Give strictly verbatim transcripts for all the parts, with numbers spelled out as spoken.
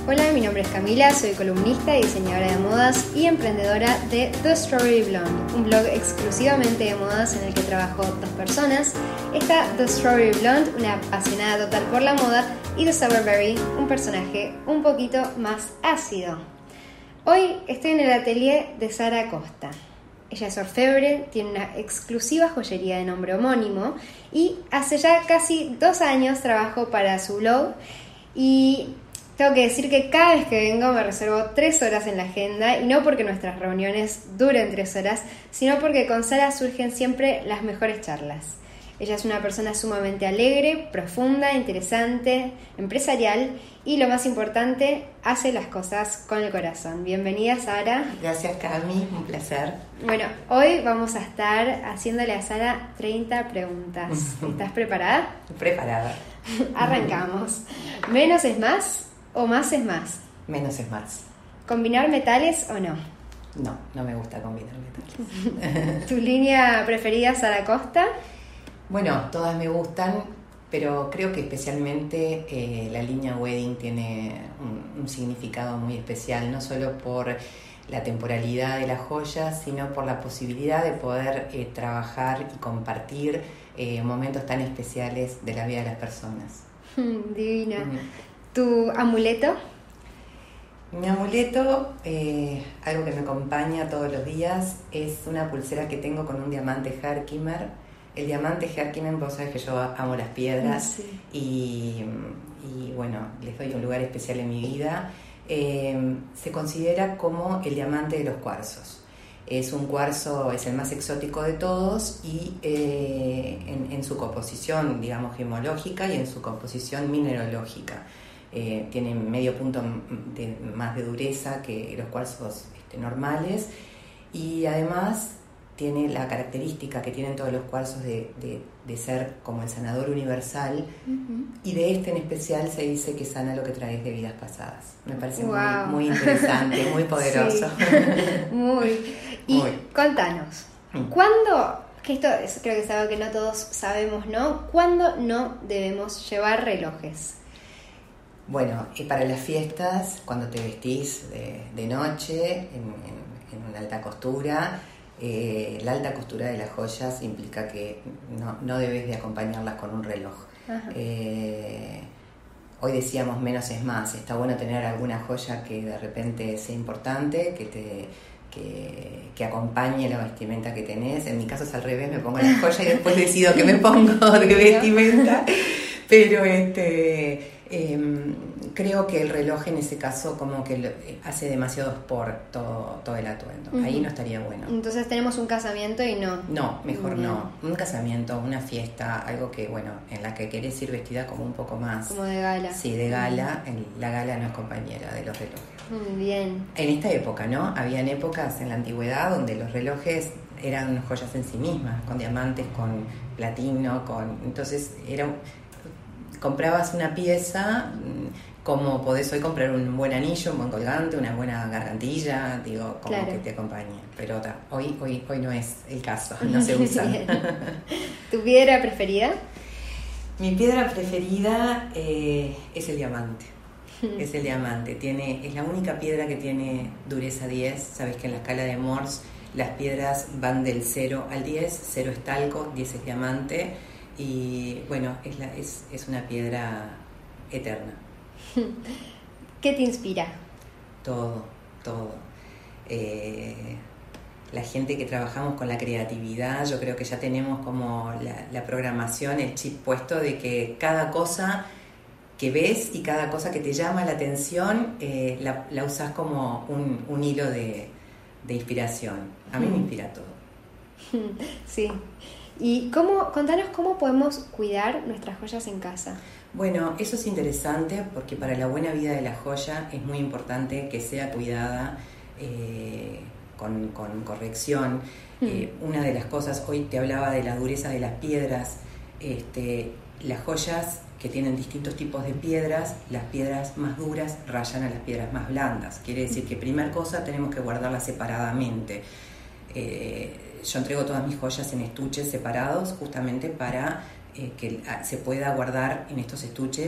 Hola, mi nombre es Camila, soy columnista, diseñadora de modas y emprendedora de The Strawberry Blonde, un blog exclusivamente de modas en el que trabajo dos personas. Está The Strawberry Blonde, una apasionada total por la moda, y The Sourberry, un personaje un poquito más ácido. Hoy estoy en el atelier de Sara Costa. Ella es orfebre, tiene una exclusiva joyería de nombre homónimo y hace ya casi dos años trabajo para su blog. Y tengo que decir que cada vez que vengo me reservo tres horas en la agenda, y no porque nuestras reuniones duren tres horas, sino porque con Sara surgen siempre las mejores charlas. Ella es una persona sumamente alegre, profunda, interesante, empresarial y, lo más importante, hace las cosas con el corazón. Bienvenida, Sara. Gracias, Cami, un placer. Bueno, hoy vamos a estar haciéndole a Sara treinta preguntas. ¿Estás preparada? Preparada. Arrancamos. ¿Menos es más o más es más? Menos es más. ¿Combinar metales o no? No, no me gusta combinar metales. ¿Tu línea preferida, Sara Costa? Bueno, todas me gustan, pero creo que especialmente eh, la línea Wedding tiene un, un significado muy especial, no solo por la temporalidad de las joyas, sino por la posibilidad de poder eh, trabajar y compartir eh, momentos tan especiales de la vida de las personas. Divina. Mm. ¿Tu amuleto? Mi amuleto, eh, algo que me acompaña todos los días, es una pulsera que tengo con un diamante Herkimer. El diamante Herkimer, vos sabés que yo amo las piedras, sí. y, y bueno, les doy un lugar especial en mi vida. Eh, se considera como el diamante de los cuarzos. Es un cuarzo, es el más exótico de todos, y eh, en, en su composición, digamos, gemológica y en su composición mineralógica. Eh, tiene medio punto de, más de dureza que los cuarzos este, normales, y además tiene la característica que tienen todos los cuarzos de, de, de ser como el sanador universal. Uh-huh. Y de este en especial se dice que sana lo que traes de vidas pasadas. Me parece wow. muy, muy interesante, muy poderoso. Sí. Muy. Y muy. Contanos, ¿cuándo, que esto es, creo que es algo que no todos sabemos, ¿no? ¿Cuándo no debemos llevar relojes? Bueno, y para las fiestas, cuando te vestís de, de noche, en, en, en una alta costura, Eh, la alta costura de las joyas implica que no, no debes de acompañarlas con un reloj. Eh, hoy decíamos menos es más. Está bueno tener alguna joya que de repente sea importante, que te que, que acompañe la vestimenta que tenés. En mi caso es al revés, me pongo la joya y después decido que me pongo de vestimenta. Pero este eh, creo que el reloj en ese caso como que lo, eh, hace demasiado sport todo, todo el atuendo. Uh-huh. Ahí no estaría bueno. Entonces tenemos un casamiento y no. No, mejor Bien. no. Un casamiento, una fiesta, algo que, bueno, en la que querés ir vestida como un poco más. Como de gala. Sí, de gala. Uh-huh. La gala no es compañera de los relojes. Bien. En esta época, ¿no? Habían épocas en la antigüedad donde los relojes eran joyas en sí mismas, con diamantes, con platino, con... Entonces era... comprabas una pieza como podés hoy comprar un buen anillo, un buen colgante, una buena gargantilla, digo, como claro. que te acompañe. Pero ta, hoy, hoy, hoy no es el caso, no se usa. ¿Tu piedra preferida? Mi piedra preferida eh, es el diamante. Es el diamante. Tiene, es la única piedra que tiene dureza diez. Sabes que en la escala de Morse las piedras van del cero al diez. cero es talco, diez es diamante. Y bueno, es, la, es, es una piedra eterna. ¿Qué te inspira? Todo, todo. Eh, la gente que trabajamos con la creatividad, yo creo que ya tenemos como la, la programación, el chip puesto de que cada cosa que ves y cada cosa que te llama la atención eh, la, la usas como un, un hilo de, de inspiración. A mí mm. me inspira todo. Sí. ¿Y cómo, contanos cómo podemos cuidar nuestras joyas en casa? Bueno, eso es interesante porque para la buena vida de la joya es muy importante que sea cuidada eh, con, con corrección. Mm. Eh, una de las cosas, hoy te hablaba de la dureza de las piedras, este, las joyas que tienen distintos tipos de piedras, las piedras más duras rayan a las piedras más blandas. Quiere decir que, primera cosa, tenemos que guardarlas separadamente. Eh, yo entrego todas mis joyas en estuches separados justamente para eh, que se pueda guardar en estos estuches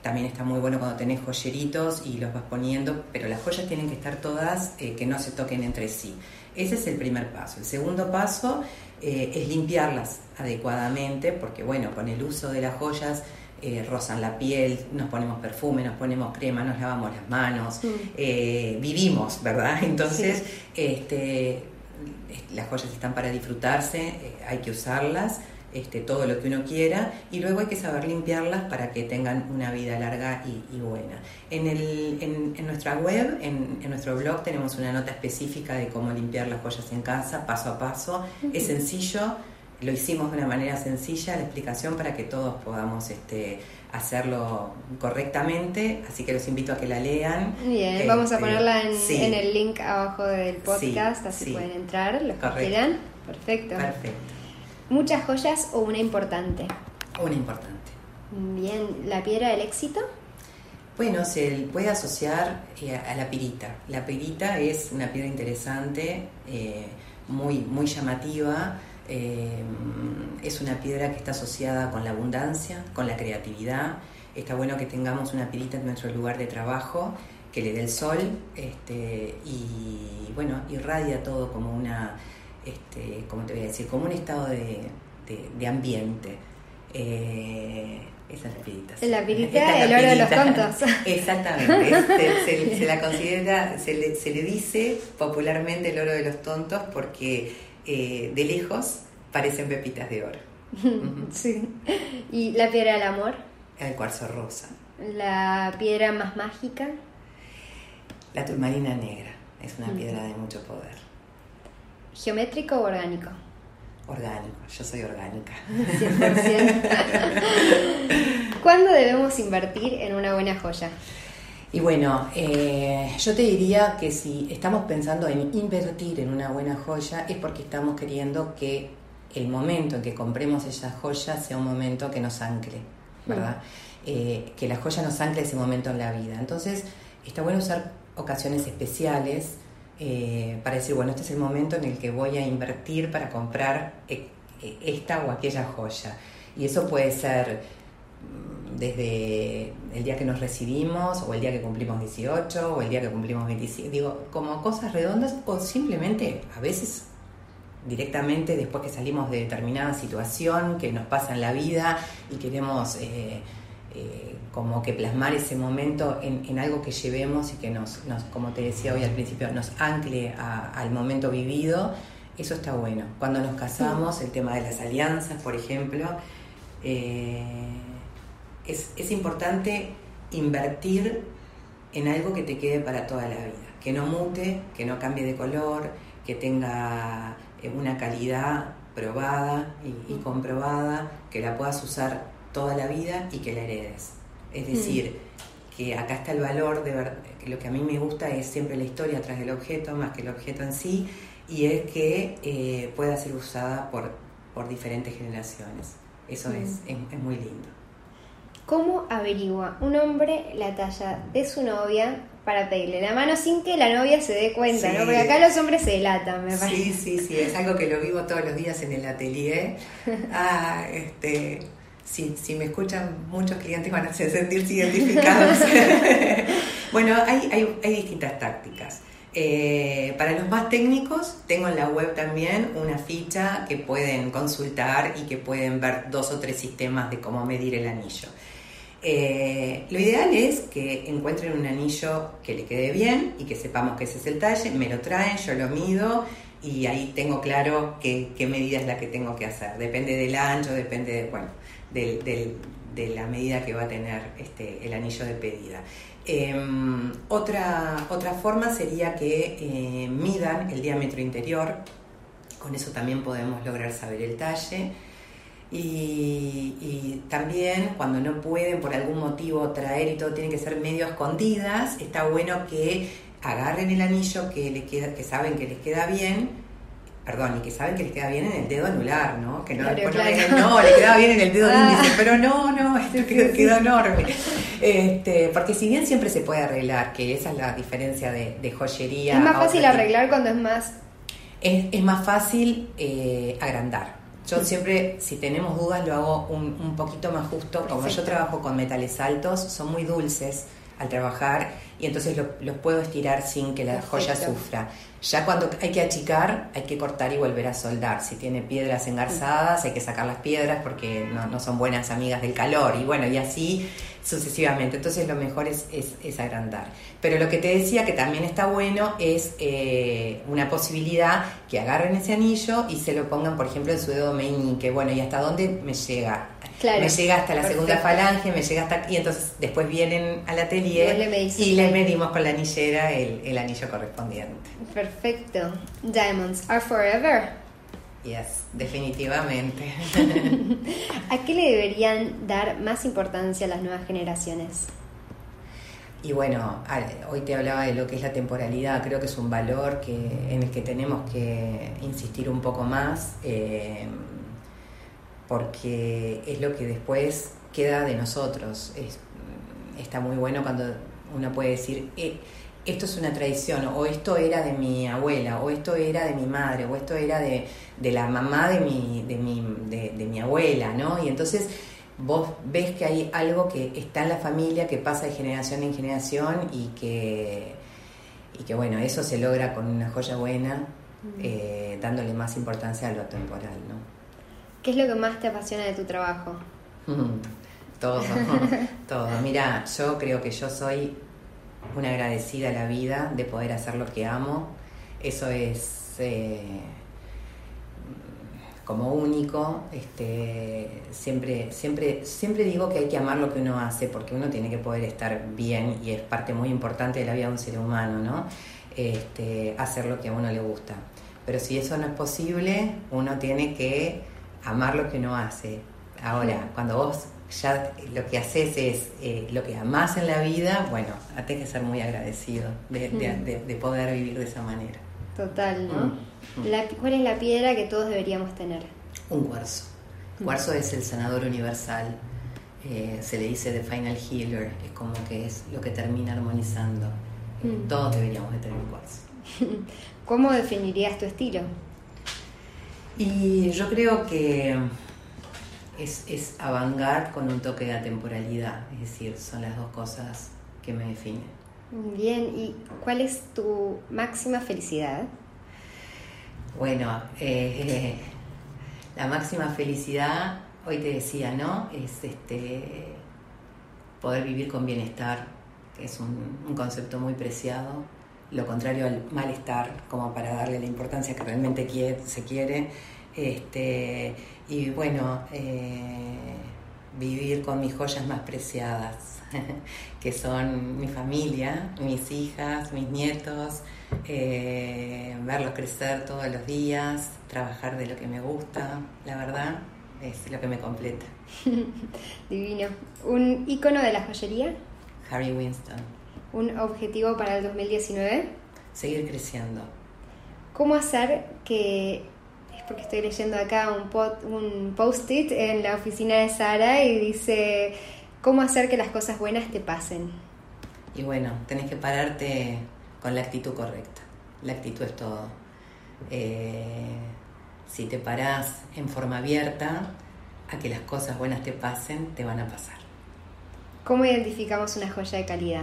también está muy bueno cuando tenés joyeritos y los vas poniendo, pero las joyas tienen que estar todas, eh, que no se toquen entre sí. Ese es el primer paso. El segundo paso eh, es limpiarlas adecuadamente, porque bueno, con el uso de las joyas eh, rozan la piel, nos ponemos perfume, nos ponemos crema, nos lavamos las manos, mm. eh, vivimos, ¿verdad? Entonces, sí. este, las joyas están para disfrutarse, eh, hay que usarlas. Este, todo lo que uno quiera, y luego hay que saber limpiarlas para que tengan una vida larga y, y buena. En, el, en, en nuestra web, en, en nuestro blog, tenemos una nota específica de cómo limpiar las joyas en casa, paso a paso. Uh-huh. Es sencillo, lo hicimos de una manera sencilla, la explicación para que todos podamos este, hacerlo correctamente, así que los invito a que la lean. Bien, este, vamos a ponerla en, sí. en el link abajo del podcast, sí, así sí. pueden entrar los Correcto. que quieran. Perfecto. Perfecto. ¿Muchas joyas o una importante? Una importante. Bien, ¿la piedra del éxito? Bueno, se puede asociar eh, a la pirita. La pirita es una piedra interesante, eh, muy, muy llamativa. Eh, es una piedra que está asociada con la abundancia, con la creatividad. Está bueno que tengamos una pirita en nuestro lugar de trabajo, que le dé el sol, este, y bueno, irradia todo como una... Este, ¿cómo te voy a decir? Como un estado de, de, de ambiente. Eh, esa es la pirita. Sí. La pirita, el oro pirita. de los tontos. Exactamente. se, se, se la considera, se le, se le dice popularmente el oro de los tontos porque eh, de lejos parecen pepitas de oro. Uh-huh. Sí. ¿Y la piedra del amor? El cuarzo rosa. ¿La piedra más mágica? La turmalina negra. Es una uh-huh. piedra de mucho poder. ¿Geométrico o orgánico? Orgánico, yo soy orgánica. cien por ciento. ¿Cuándo debemos invertir en una buena joya? Y bueno, eh, yo te diría que si estamos pensando en invertir en una buena joya es porque estamos queriendo que el momento en que compremos esa joya sea un momento que nos ancle, ¿verdad? Mm. Eh, que la joya nos ancle ese momento en la vida. Entonces, está bueno usar ocasiones especiales Eh, para decir, bueno, este es el momento en el que voy a invertir para comprar e- esta o aquella joya. Y eso puede ser desde el día que nos recibimos, o el día que cumplimos dieciocho, o el día que cumplimos veinticinco, digo, como cosas redondas, o simplemente, a veces, directamente después que salimos de determinada situación que nos pasa en la vida y queremos... Eh, Eh, como que plasmar ese momento en, en algo que llevemos y que nos, nos, como te decía hoy al principio, nos ancle a, al momento vivido. Eso está bueno. Cuando nos casamos, el tema de las alianzas, por ejemplo, eh, es, es importante invertir en algo que te quede para toda la vida, que no mute, que no cambie de color, que tenga una calidad probada y, y comprobada, que la puedas usar toda la vida y que la heredes. Es decir, mm. que acá está el valor de ver, que lo que a mí me gusta es siempre la historia atrás del objeto, más que el objeto en sí, y es que eh, pueda ser usada por, por diferentes generaciones. Eso mm. es, es, es muy lindo. ¿Cómo averigua un hombre la talla de su novia para pedirle la mano sin que la novia se dé cuenta, sí. ¿no? Porque acá los hombres se delatan, me parece. Sí, sí, sí, es algo que lo vivo todos los días en el atelier. Ah, este... Si, si me escuchan, muchos clientes van a sentirse identificados. Bueno, hay, hay, hay distintas tácticas. Eh, para los más técnicos, tengo en la web también una ficha que pueden consultar y que pueden ver dos o tres sistemas de cómo medir el anillo. Eh, lo ideal es que encuentren un anillo que le quede bien y que sepamos que ese es el talle, me lo traen, yo lo mido y ahí tengo claro qué, qué medida es la que tengo que hacer. Depende del ancho, depende de, bueno, del, del, de la medida que va a tener este, el anillo de pedida. Eh, otra, otra forma sería que eh, midan el diámetro interior, con eso también podemos lograr saber el talle. Y, y también cuando no pueden por algún motivo traer y todo tiene que ser medio escondidas, está bueno que agarren el anillo que, le queda, que saben que les queda bien, perdón, y que saben que les queda bien en el dedo anular, ¿no? Que no, claro, claro. no, le, no, le queda bien en el dedo ah. índice, pero no, no, este quedó, quedó enorme. Este, porque si bien siempre se puede arreglar, que esa es la diferencia de, de joyería. Es más fácil arreglar cuando es más... Es, es más fácil eh, agrandar. Yo siempre, si tenemos dudas, lo hago un, un poquito más justo. Perfecto. Como yo trabajo con metales altos, son muy dulces al trabajar y entonces lo, los puedo estirar sin que la Perfecto. Joya sufra. Ya cuando hay que achicar, hay que cortar y volver a soldar. Si tiene piedras engarzadas, hay que sacar las piedras porque no, no son buenas amigas del calor. Y bueno, y así sucesivamente. Entonces lo mejor es, es, es agrandar. Pero lo que te decía que también está bueno es eh, una posibilidad que agarren ese anillo y se lo pongan, por ejemplo, en su dedo meñique. Bueno, ¿y hasta dónde me llega? Claro, me llega hasta la Perfecto. Segunda falange, me llega hasta aquí, entonces después vienen al atelier le y le medimos con la anillera el, el anillo correspondiente. Perfecto. Diamonds are forever. Yes, definitivamente. ¿A qué le deberían dar más importancia a las nuevas generaciones? Y bueno, hoy te hablaba de lo que es la temporalidad, creo que es un valor que, en el que tenemos que insistir un poco más. Eh, porque es lo que después queda de nosotros. Es, está muy bueno cuando uno puede decir, eh, esto es una tradición, o esto era de mi abuela, o esto era de mi madre, o esto era de, de la mamá de mi, de, mi, de, de mi abuela, ¿no? Y entonces vos ves que hay algo que está en la familia, que pasa de generación en generación y que, y que bueno, eso se logra con una joya buena, eh, dándole más importancia a lo temporal, ¿no? ¿Qué es lo que más te apasiona de tu trabajo? Todo, todo. Mira, yo creo que yo soy una agradecida a la vida de poder hacer lo que amo. Eso es eh, como único. Este, siempre, siempre, siempre digo que hay que amar lo que uno hace porque uno tiene que poder estar bien y es parte muy importante de la vida de un ser humano, ¿no? Este, hacer lo que a uno le gusta. Pero si eso no es posible, uno tiene que amar lo que uno hace. Ahora, cuando vos ya lo que haces es eh, lo que amás en la vida, bueno, tenés que ser muy agradecido de, de, de, de poder vivir de esa manera. Total, ¿no? Mm. La, ¿Cuál es la piedra que todos deberíamos tener? Un cuarzo. El cuarzo es el sanador universal. Eh, se le dice the final healer. Es como que es lo que termina armonizando. Mm. Todos deberíamos de tener un cuarzo. ¿Cómo definirías tu estilo? Y yo creo que es, es avant-garde con un toque de atemporalidad, es decir, son las dos cosas que me definen. Bien, ¿y cuál es tu máxima felicidad? Bueno, eh, la máxima felicidad, hoy te decía, ¿no? Es este poder vivir con bienestar, que es un, un concepto muy preciado. Lo contrario al malestar, como para darle la importancia que realmente quiere, se quiere. Este, y bueno, eh, vivir con mis joyas más preciadas, que son mi familia, mis hijas, mis nietos, eh, verlos crecer todos los días, trabajar de lo que me gusta, la verdad, es lo que me completa. Divino. ¿Un ícono de la joyería? Harry Winston. ¿Un objetivo para el dos mil diecinueve? Seguir creciendo. ¿Cómo hacer que... Es porque estoy leyendo acá un, pot, un post-it en la oficina de Sara y dice... ¿Cómo hacer que las cosas buenas te pasen? Y bueno, tenés que pararte con la actitud correcta. La actitud es todo. Eh, si te parás en forma abierta a que las cosas buenas te pasen, te van a pasar. ¿Cómo identificamos una joya de calidad?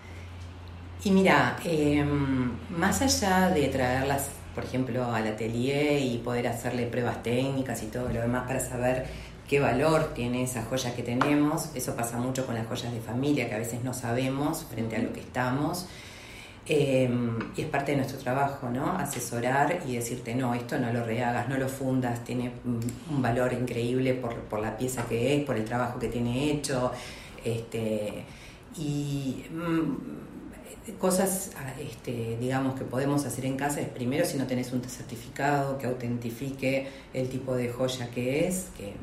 Y mira, eh, más allá de traerlas, por ejemplo, al atelier y poder hacerle pruebas técnicas y todo lo demás para saber qué valor tiene esa joya que tenemos, eso pasa mucho con las joyas de familia, que a veces no sabemos frente a lo que estamos, eh, y es parte de nuestro trabajo, ¿no? Asesorar y decirte, no, esto no lo rehagas, no lo fundas, tiene un valor increíble por, por la pieza que es, por el trabajo que tiene hecho, este, y... Mm, cosas este, digamos que podemos hacer en casa es primero si no tenés un certificado que autentifique el tipo de joya que es, que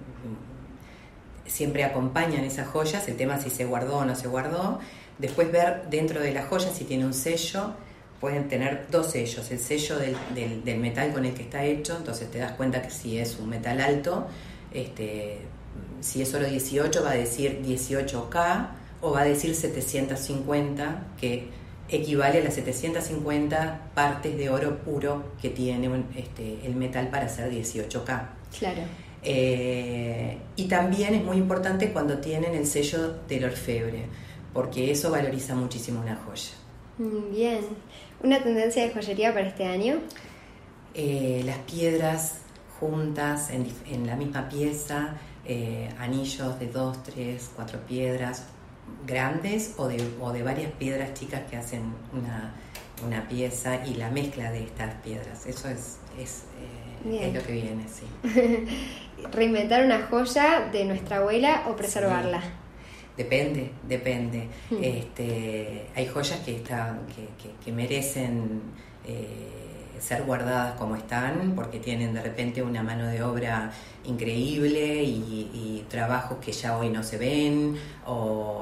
siempre acompañan esas joyas, el tema si se guardó o no se guardó, después ver dentro de la joya si tiene un sello, pueden tener dos sellos, el sello del, del, del metal con el que está hecho, entonces te das cuenta que si es un metal alto, este, si es solo dieciocho va a decir dieciocho K o va a decir setecientos cincuenta, que equivale a las setecientos cincuenta partes de oro puro que tiene este, el metal para hacer dieciocho K. Claro. Eh, y también es muy importante cuando tienen el sello del orfebre, porque eso valoriza muchísimo una joya. Bien. ¿Una tendencia de joyería para este año? Eh, las piedras juntas en, en la misma pieza, eh, anillos de dos, tres, cuatro piedras grandes o de, o de varias piedras chicas que hacen una, una pieza, y la mezcla de estas piedras. Eso es, es, eh, es lo que viene, sí. ¿Reinventar una joya de nuestra abuela o preservarla? Sí. Depende, depende. Mm. Este, hay joyas que, están, que, que, que merecen eh, ser guardadas como están, porque tienen de repente una mano de obra increíble y, y trabajos que ya hoy no se ven, o,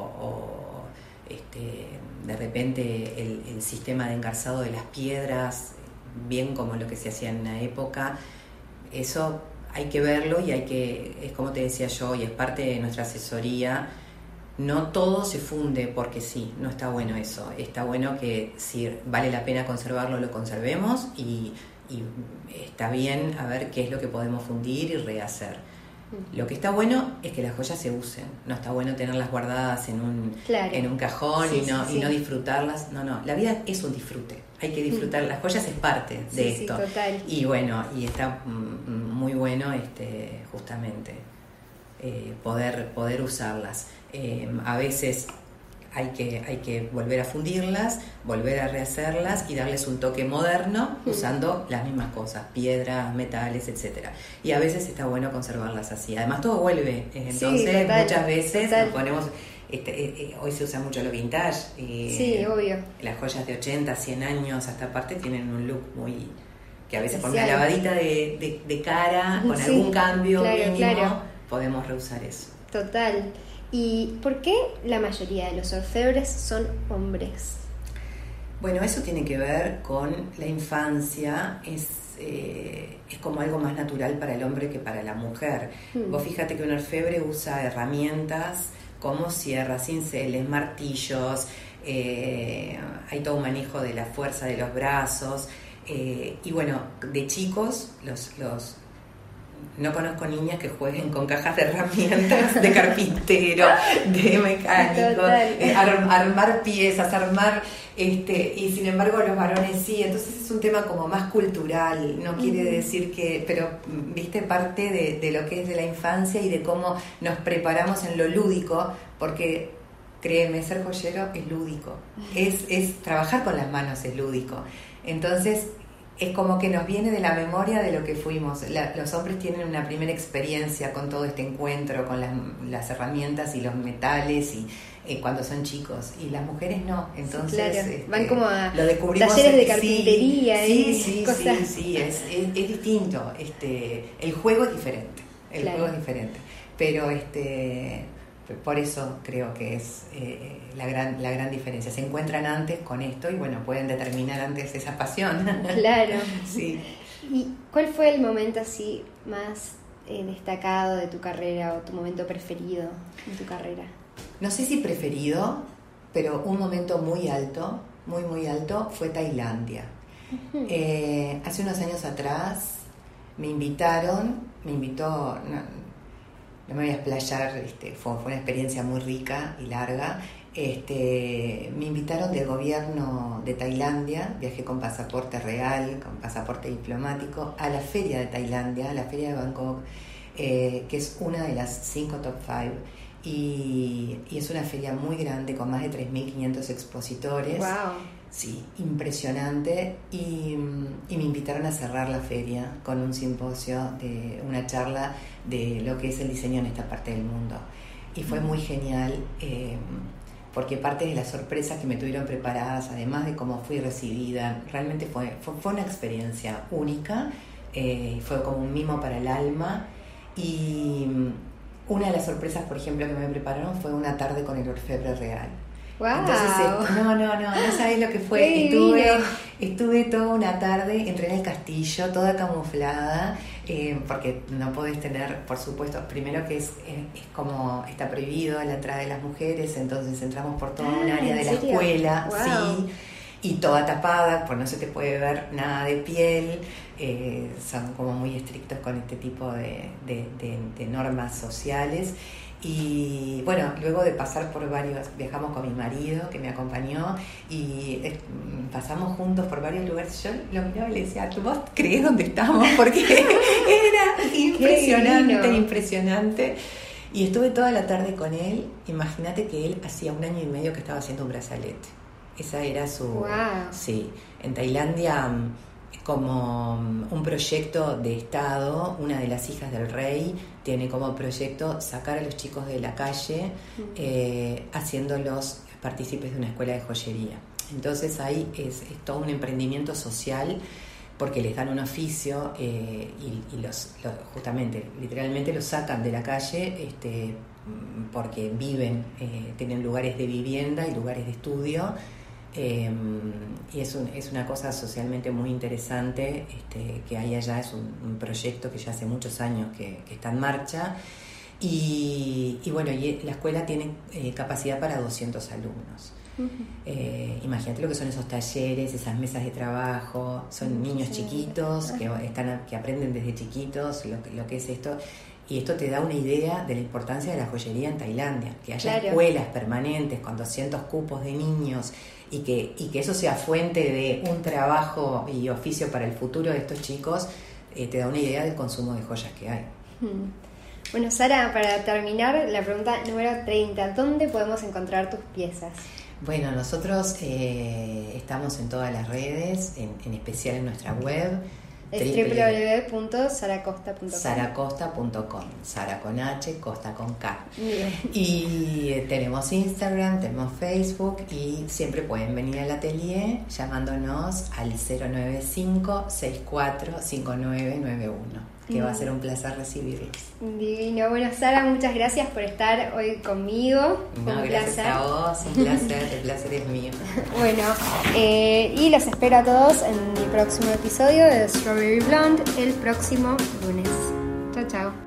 o este, de repente el, el sistema de engarzado de las piedras, bien como lo que se hacía en una época. Eso hay que verlo, y hay que, es como te decía yo, y es parte de nuestra asesoría. No todo se funde porque sí, no está bueno eso. Está bueno que si vale la pena conservarlo, lo conservemos, y, y está bien a ver qué es lo que podemos fundir y rehacer. Lo que está bueno es que las joyas se usen. No está bueno tenerlas guardadas en un, claro. en un cajón sí, y, no, sí, y no sí. disfrutarlas. No, no, la vida es un disfrute. Hay que disfrutar. Las joyas es parte de sí, esto. Sí, total. Y bueno, y está mm, muy bueno este, justamente eh, poder, poder usarlas. Eh, a veces hay que, hay que volver a fundirlas, volver a rehacerlas y darles un toque moderno mm. usando las mismas cosas, piedras, metales, etcétera. Y a veces está bueno conservarlas así. Además todo vuelve, entonces sí, total, muchas veces total. nos ponemos, este, eh, eh, hoy se usa mucho lo vintage, eh, sí, obvio. Las joyas de ochenta, cien años hasta aparte tienen un look muy, que a veces especial. Con una lavadita de, de, de cara, con sí, algún cambio claro, mínimo, claro. podemos reusar eso. Total. ¿Y por qué la mayoría de los orfebres son hombres? Bueno, eso tiene que ver con la infancia, es, eh, es como algo más natural para el hombre que para la mujer. Mm. Vos fíjate que un orfebre usa herramientas como sierras, cinceles, martillos, eh, hay todo un manejo de la fuerza de los brazos, eh, y bueno, de chicos, los... los no conozco niñas que jueguen con cajas de herramientas de carpintero, de mecánico, eh, ar, armar piezas, armar, este, y sin embargo los varones sí. Entonces es un tema como más cultural, no quiere uh-huh. decir que, pero viste, parte de, de lo que es de la infancia y de cómo nos preparamos en lo lúdico, porque créeme, ser joyero es lúdico, es, es trabajar con las manos es lúdico. Entonces es como que nos viene de la memoria de lo que fuimos. La, los hombres tienen una primera experiencia con todo este encuentro, con las, las herramientas y los metales, y eh, cuando son chicos, y las mujeres no. Entonces claro. este, van como a lo descubrimos, talleres de carpintería, sí, ¿eh? sí, cosas. sí, sí, es, es, es distinto. Este, el juego es diferente, el claro. juego es diferente, pero este por eso creo que es eh, la gran la gran diferencia. Se encuentran antes con esto y bueno, pueden determinar antes esa pasión. Claro. Sí. ¿Y cuál fue el momento así más eh, destacado de tu carrera, o tu momento preferido en tu carrera? No sé si preferido, pero un momento muy alto, muy muy alto, fue Tailandia. Uh-huh. Eh, hace unos años atrás me invitaron, me invitó... No, no me voy a explayar, este, fue, fue una experiencia muy rica y larga. Este, me invitaron del gobierno de Tailandia, viajé con pasaporte real, con pasaporte diplomático, a la feria de Tailandia, la feria de Bangkok, eh, que es una de las cinco top five, y, y es una feria muy grande con más de tres mil quinientos expositores. Wow. Sí, impresionante, y, y me invitaron a cerrar la feria con un simposio, de una charla de lo que es el diseño en esta parte del mundo, y fue muy genial, eh, porque parte de las sorpresas que me tuvieron preparadas, además de cómo fui recibida, realmente fue, fue, fue una experiencia única, eh, fue como un mimo para el alma. Y una de las sorpresas, por ejemplo, que me prepararon fue una tarde con el orfebre real. Wow. Entonces, no, no, no, no sabes lo que fue. Estuve, estuve toda una tarde, entré en el castillo, toda camuflada, eh, porque no podés tener, por supuesto, primero que es, es, es como está prohibido la entrada de las mujeres, entonces entramos por toda un ah, área de la serio? escuela, wow. sí. y toda tapada, pues no se te puede ver nada de piel. Eh, son como muy estrictos con este tipo de, de, de, de normas sociales. Y bueno, luego de pasar por varios, viajamos con mi marido que me acompañó y eh, pasamos juntos por varios lugares. Yo lo miraba y le decía, ¿tú vos creés dónde estamos? Porque era impresionante, impresionante. Y estuve toda la tarde con él. Imagínate que él hacía un año y medio que estaba haciendo un brazalete. Esa era su... Wow. Sí, en Tailandia, como un proyecto de Estado, una de las hijas del rey tiene como proyecto sacar a los chicos de la calle, eh, haciéndolos partícipes de una escuela de joyería. Entonces ahí es, es todo un emprendimiento social, porque les dan un oficio eh, y, y los, los justamente, literalmente los sacan de la calle este, porque viven, eh, tienen lugares de vivienda y lugares de estudio. Eh, y es, un, es una cosa socialmente muy interesante este, que hay allá. Es un, un proyecto que ya hace muchos años que, que está en marcha y, y bueno, y la escuela tiene eh, capacidad para doscientos alumnos. Uh-huh. eh, imagínate lo que son esos talleres, esas mesas de trabajo. Son uh-huh. niños chiquitos que, están, que aprenden desde chiquitos lo, lo que es esto. Y esto te da una idea de la importancia de la joyería en Tailandia, que haya claro. escuelas permanentes con doscientos cupos de niños y que, y que eso sea fuente de un trabajo y oficio para el futuro de estos chicos, eh, te da una idea del consumo de joyas que hay. Hmm. Bueno, Sara, para terminar, la pregunta número treinta, ¿dónde podemos encontrar tus piezas? Bueno, nosotros eh, estamos en todas las redes, en, en especial en nuestra web. Es doble u doble u doble u punto sara costa punto com. sara costa punto com, Sara con H, Costa con K. Bien. Y tenemos Instagram, tenemos Facebook y siempre pueden venir al atelier llamándonos al cero nueve cinco, seis cuatro, cinco nueve nueve uno, que mm. va a ser un placer recibirlos. Divino. Bueno, Sara, muchas gracias por estar hoy conmigo. No, un gracias placer. a vos, un placer, el placer es mío. Bueno, eh, y los espero a todos en mi próximo episodio de Strawberry Blonde el próximo lunes. Chao, chao.